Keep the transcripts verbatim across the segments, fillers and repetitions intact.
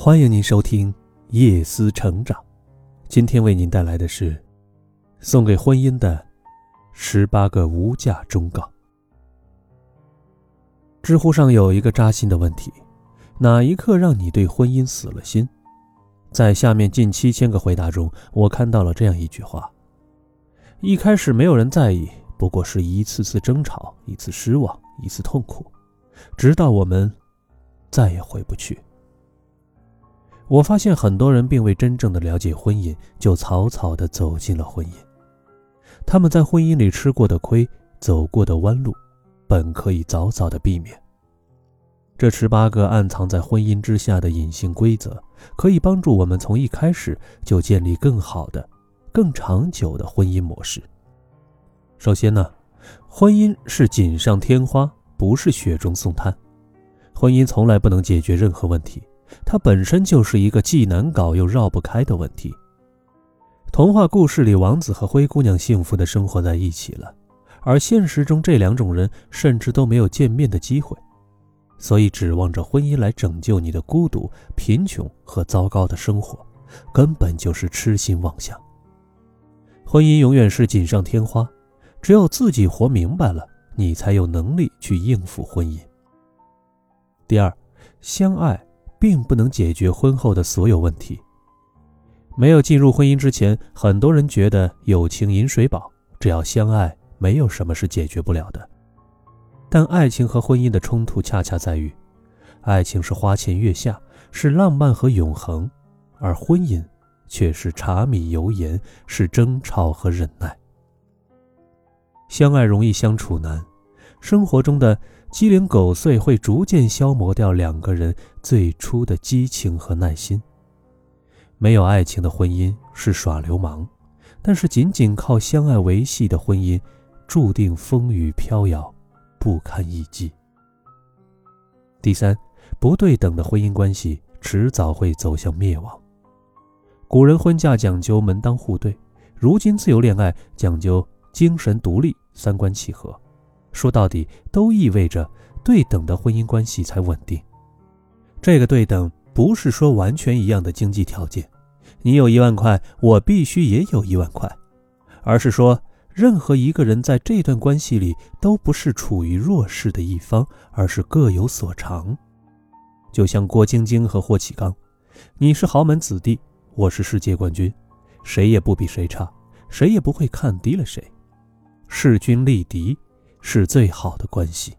欢迎您收听夜思成长，今天为您带来的是送给婚姻的十八个无价忠告。知乎上有一个扎心的问题，哪一刻让你对婚姻死了心？在下面近七千个回答中，我看到了这样一句话：一开始没有人在意，不过是一次次争吵，一次失望，一次痛苦，直到我们再也回不去。我发现很多人并未真正的了解婚姻，就草草地走进了婚姻。他们在婚姻里吃过的亏，走过的弯路，本可以早早地避免。这十八个暗藏在婚姻之下的隐性规则，可以帮助我们从一开始就建立更好的、更长久的婚姻模式。首先呢，婚姻是锦上添花，不是雪中送炭。婚姻从来不能解决任何问题，它本身就是一个既难搞又绕不开的问题。童话故事里，王子和灰姑娘幸福地生活在一起了，而现实中这两种人甚至都没有见面的机会。所以指望着婚姻来拯救你的孤独、贫穷和糟糕的生活，根本就是痴心妄想。婚姻永远是锦上添花，只有自己活明白了，你才有能力去应付婚姻。第二，相爱并不能解决婚后的所有问题。没有进入婚姻之前，很多人觉得友情饮水饱，只要相爱，没有什么是解决不了的。但爱情和婚姻的冲突恰恰在于，爱情是花前月下，是浪漫和永恒，而婚姻却是柴米油盐，是争吵和忍耐。相爱容易相处难，生活中的鸡零狗碎会逐渐消磨掉两个人最初的激情和耐心。没有爱情的婚姻是耍流氓，但是仅仅靠相爱维系的婚姻，注定风雨飘摇，不堪一击。第三，不对等的婚姻关系迟早会走向灭亡。古人婚嫁讲究门当户对，如今自由恋爱讲究精神独立、三观契合。说到底，都意味着对等的婚姻关系才稳定。这个对等不是说完全一样的经济条件，你有一万块，我必须也有一万块，而是说任何一个人在这段关系里都不是处于弱势的一方，而是各有所长。就像郭晶晶和霍启刚，你是豪门子弟，我是世界冠军，谁也不比谁差，谁也不会看低了谁，势均力敌是最好的关系。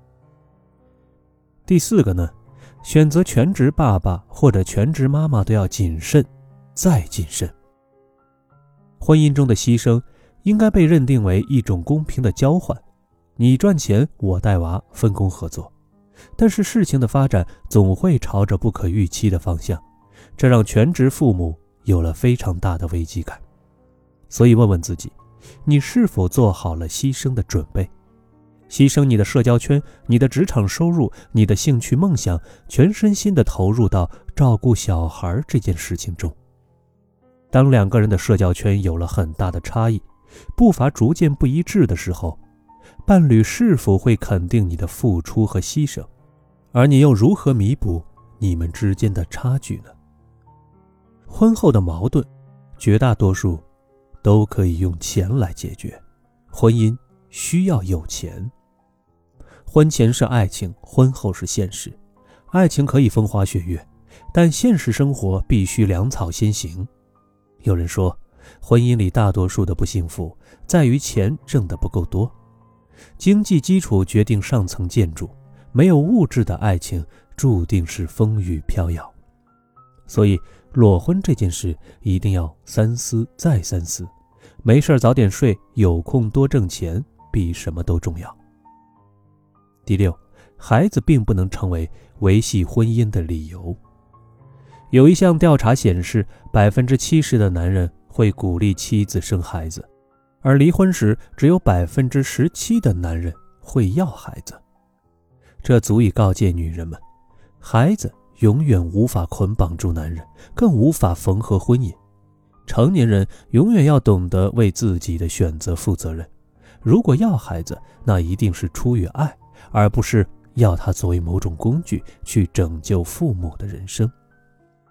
第四个呢，选择全职爸爸或者全职妈妈都要谨慎，再谨慎。婚姻中的牺牲应该被认定为一种公平的交换，你赚钱，我带娃，分工合作。但是事情的发展总会朝着不可预期的方向，这让全职父母有了非常大的危机感。所以问问自己，你是否做好了牺牲的准备？牺牲你的社交圈，你的职场收入，你的兴趣梦想，全身心地投入到照顾小孩这件事情中。当两个人的社交圈有了很大的差异，步伐逐渐不一致的时候，伴侣是否会肯定你的付出和牺牲？而你又如何弥补你们之间的差距呢？婚后的矛盾，绝大多数都可以用钱来解决，婚姻需要有钱。婚前是爱情，婚后是现实。爱情可以风花雪月，但现实生活必须粮草先行。有人说，婚姻里大多数的不幸福在于钱挣得不够多。经济基础决定上层建筑，没有物质的爱情注定是风雨飘摇。所以裸婚这件事一定要三思再三思，没事早点睡，有空多挣钱，比什么都重要。第六，孩子并不能成为维系婚姻的理由。有一项调查显示， 百分之七十 的男人会鼓励妻子生孩子，而离婚时只有 百分之十七 的男人会要孩子。这足以告诫女人们，孩子永远无法捆绑住男人，更无法缝合婚姻。成年人永远要懂得为自己的选择负责任。如果要孩子，那一定是出于爱，而不是要他作为某种工具去拯救父母的人生。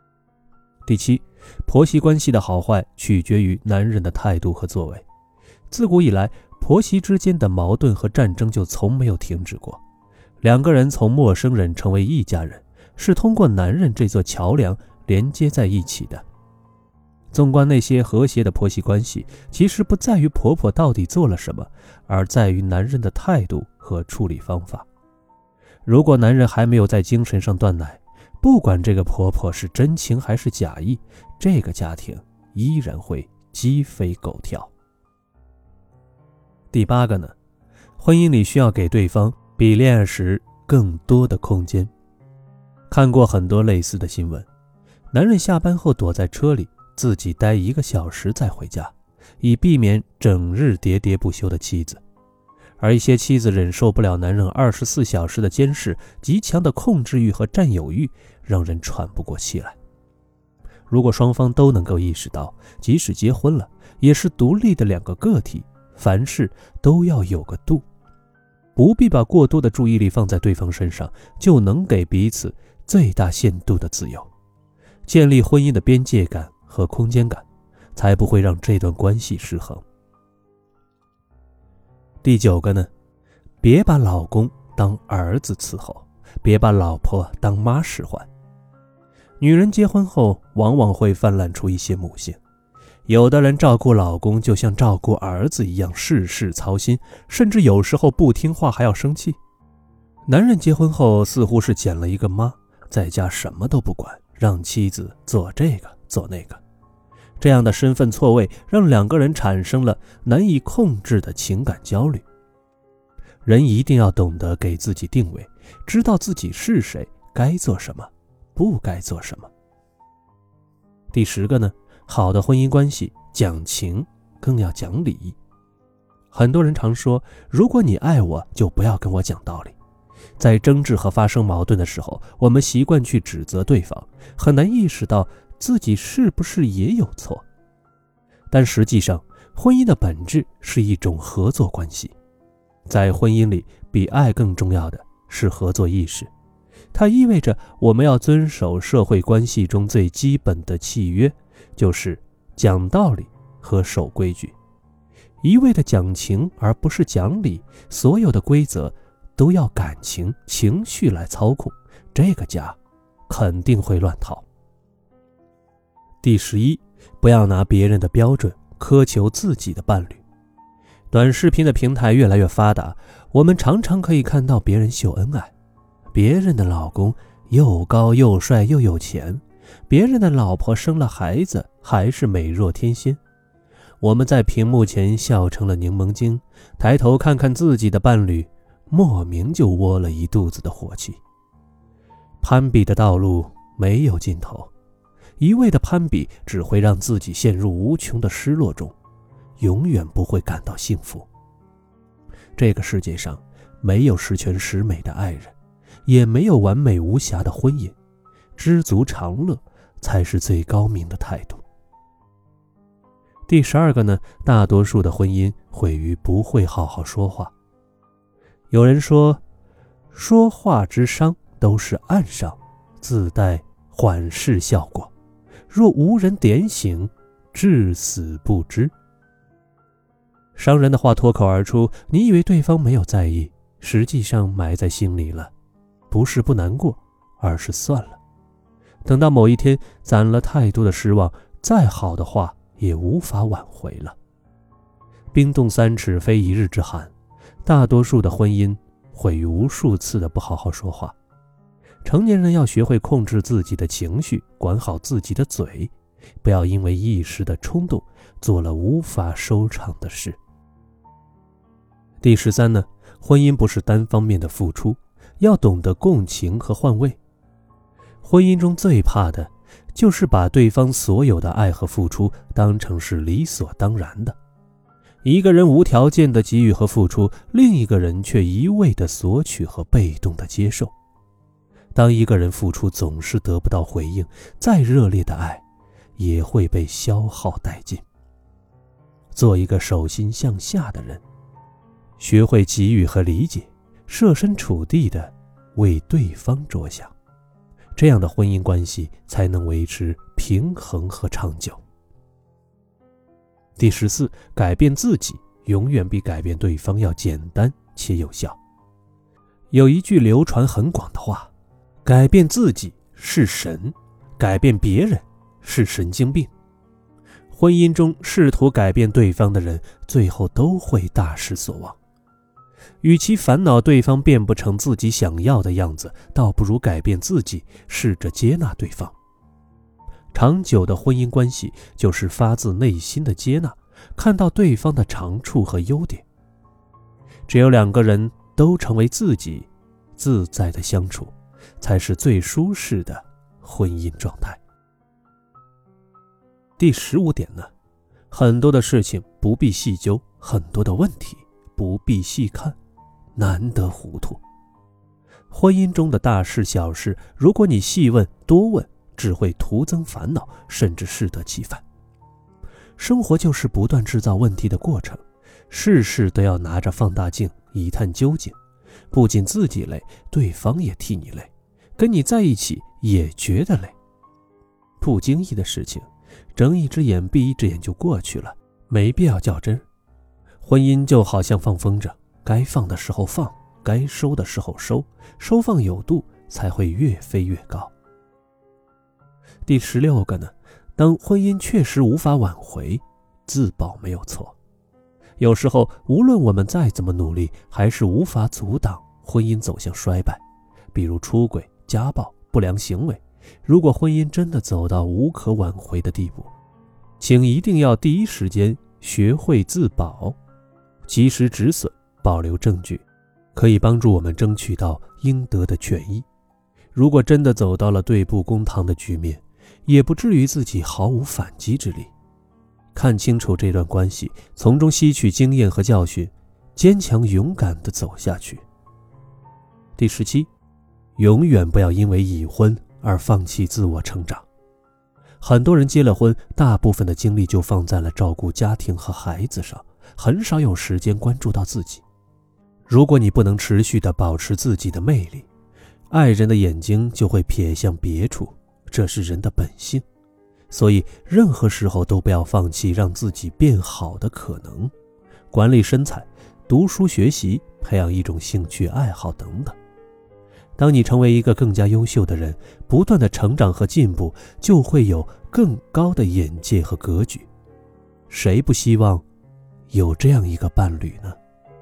第七，婆媳关系的好坏取决于男人的态度和作为。自古以来，婆媳之间的矛盾和战争就从没有停止过。两个人从陌生人成为一家人，是通过男人这座桥梁连接在一起的。纵观那些和谐的婆媳关系，其实不在于婆婆到底做了什么，而在于男人的态度和处理方法。如果男人还没有在精神上断奶，不管这个婆婆是真情还是假意，这个家庭依然会鸡飞狗跳。第八个呢，婚姻里需要给对方比恋爱时更多的空间。看过很多类似的新闻，男人下班后躲在车里自己待一个小时再回家，以避免整日喋喋不休的妻子。而一些妻子忍受不了男人二十四小时的监视，极强的控制欲和占有欲，让人喘不过气来。如果双方都能够意识到，即使结婚了，也是独立的两个个体，凡事都要有个度，不必把过多的注意力放在对方身上，就能给彼此最大限度的自由，建立婚姻的边界感和空间感，才不会让这段关系失衡。第九个呢，别把老公当儿子伺候，别把老婆当妈使唤。女人结婚后往往会泛滥出一些母性，有的人照顾老公就像照顾儿子一样，事事操心，甚至有时候不听话还要生气。男人结婚后似乎是捡了一个妈，在家什么都不管，让妻子做这个做那个。这样的身份错位让两个人产生了难以控制的情感焦虑。人一定要懂得给自己定位，知道自己是谁，该做什么，不该做什么。第十个呢，好的婚姻关系讲情，更要讲理。很多人常说，如果你爱我，就不要跟我讲道理。在争执和发生矛盾的时候，我们习惯去指责对方，很难意识到自己是不是也有错。但实际上，婚姻的本质是一种合作关系。在婚姻里，比爱更重要的是合作意识。它意味着我们要遵守社会关系中最基本的契约，就是讲道理和守规矩。一味的讲情而不是讲理，所有的规则都要感情、情绪来操控，这个家肯定会乱套。第十一，不要拿别人的标准苛求自己的伴侣。短视频的平台越来越发达，我们常常可以看到别人秀恩爱，别人的老公又高又帅又有钱，别人的老婆生了孩子还是美若天仙。我们在屏幕前笑成了柠檬精，抬头看看自己的伴侣，莫名就窝了一肚子的火气。攀比的道路没有尽头，一味的攀比只会让自己陷入无穷的失落中，永远不会感到幸福。这个世界上没有十全十美的爱人，也没有完美无瑕的婚姻，知足常乐才是最高明的态度。第十二个呢，大多数的婚姻毁于不会好好说话。有人说，说话之伤都是暗伤，自带缓释效果，若无人点醒，至死不知。伤人的话脱口而出，你以为对方没有在意，实际上埋在心里了，不是不难过，而是算了。等到某一天攒了太多的失望，再好的话也无法挽回了。冰冻三尺非一日之寒，大多数的婚姻毁于无数次的不好好说话。成年人要学会控制自己的情绪，管好自己的嘴，不要因为一时的冲动做了无法收场的事。第十三呢，婚姻不是单方面的付出，要懂得共情和换位。婚姻中最怕的就是把对方所有的爱和付出当成是理所当然的。一个人无条件的给予和付出，另一个人却一味的索取和被动的接受。当一个人付出总是得不到回应，再热烈的爱也会被消耗殆尽。做一个手心向下的人，学会给予和理解，设身处地的为对方着想， 这样的婚姻关系才能维持平衡和长久。第十四，改变自己永远比改变对方要简单且有效。有一句流传很广的话，改变自己是神，改变别人是神经病。婚姻中试图改变对方的人，最后都会大失所望。与其烦恼对方变不成自己想要的样子，倒不如改变自己，试着接纳对方。长久的婚姻关系就是发自内心的接纳，看到对方的长处和优点。只有两个人都成为自己，自在的相处，才是最舒适的婚姻状态。第十五点呢，很多的事情不必细究，很多的问题不必细看，难得糊涂。婚姻中的大事小事，如果你细问多问，只会徒增烦恼，甚至适得其反。生活就是不断制造问题的过程，事事都要拿着放大镜一探究竟，不仅自己累，对方也替你累，跟你在一起也觉得累。不经意的事情，睁一只眼闭一只眼就过去了，没必要较真。婚姻就好像放风筝，该放的时候放，该收的时候收，收放有度，才会越飞越高。第十六个呢，当婚姻确实无法挽回，自保没有错。有时候无论我们再怎么努力，还是无法阻挡婚姻走向衰败，比如出轨、家暴、不良行为。如果婚姻真的走到无可挽回的地步，请一定要第一时间学会自保，及时止损，保留证据，可以帮助我们争取到应得的权益。如果真的走到了对簿公堂的局面，也不至于自己毫无反击之力。看清楚这段关系，从中吸取经验和教训，坚强勇敢地走下去。第十七，永远不要因为已婚而放弃自我成长。很多人结了婚，大部分的精力就放在了照顾家庭和孩子上，很少有时间关注到自己。如果你不能持续地保持自己的魅力，爱人的眼睛就会瞥向别处，这是人的本性。所以任何时候都不要放弃让自己变好的可能，管理身材，读书学习，培养一种兴趣爱好等等。当你成为一个更加优秀的人，不断的成长和进步，就会有更高的眼界和格局。谁不希望有这样一个伴侣呢？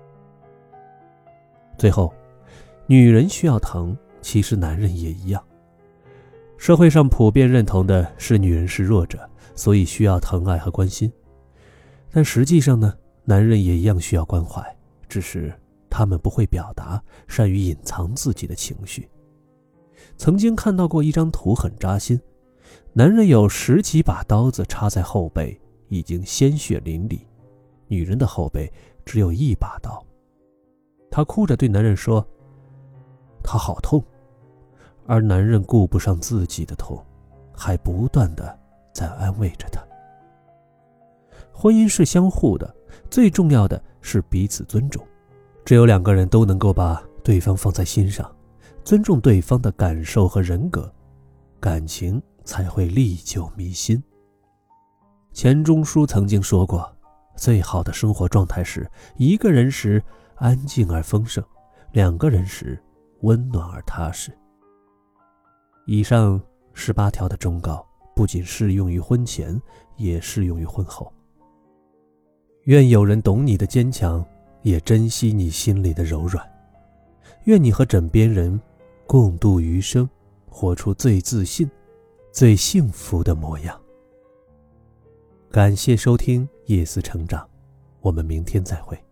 最后，女人需要疼，其实男人也一样。社会上普遍认同的是女人是弱者，所以需要疼爱和关心。但实际上呢，男人也一样需要关怀，只是他们不会表达，善于隐藏自己的情绪。曾经看到过一张图很扎心，男人有十几把刀子插在后背，已经鲜血淋漓，女人的后背只有一把刀。她哭着对男人说，她好痛。而男人顾不上自己的痛，还不断地在安慰着她。婚姻是相互的，最重要的是彼此尊重。只有两个人都能够把对方放在心上，尊重对方的感受和人格，感情才会历久弥新。钱钟书曾经说过，最好的生活状态是一个人时安静而丰盛，两个人时温暖而踏实。以上十八条的忠告不仅适用于婚前，也适用于婚后。愿有人懂你的坚强，也珍惜你心里的柔软。愿你和枕边人共度余生，活出最自信、最幸福的模样。感谢收听夜思成长，我们明天再会。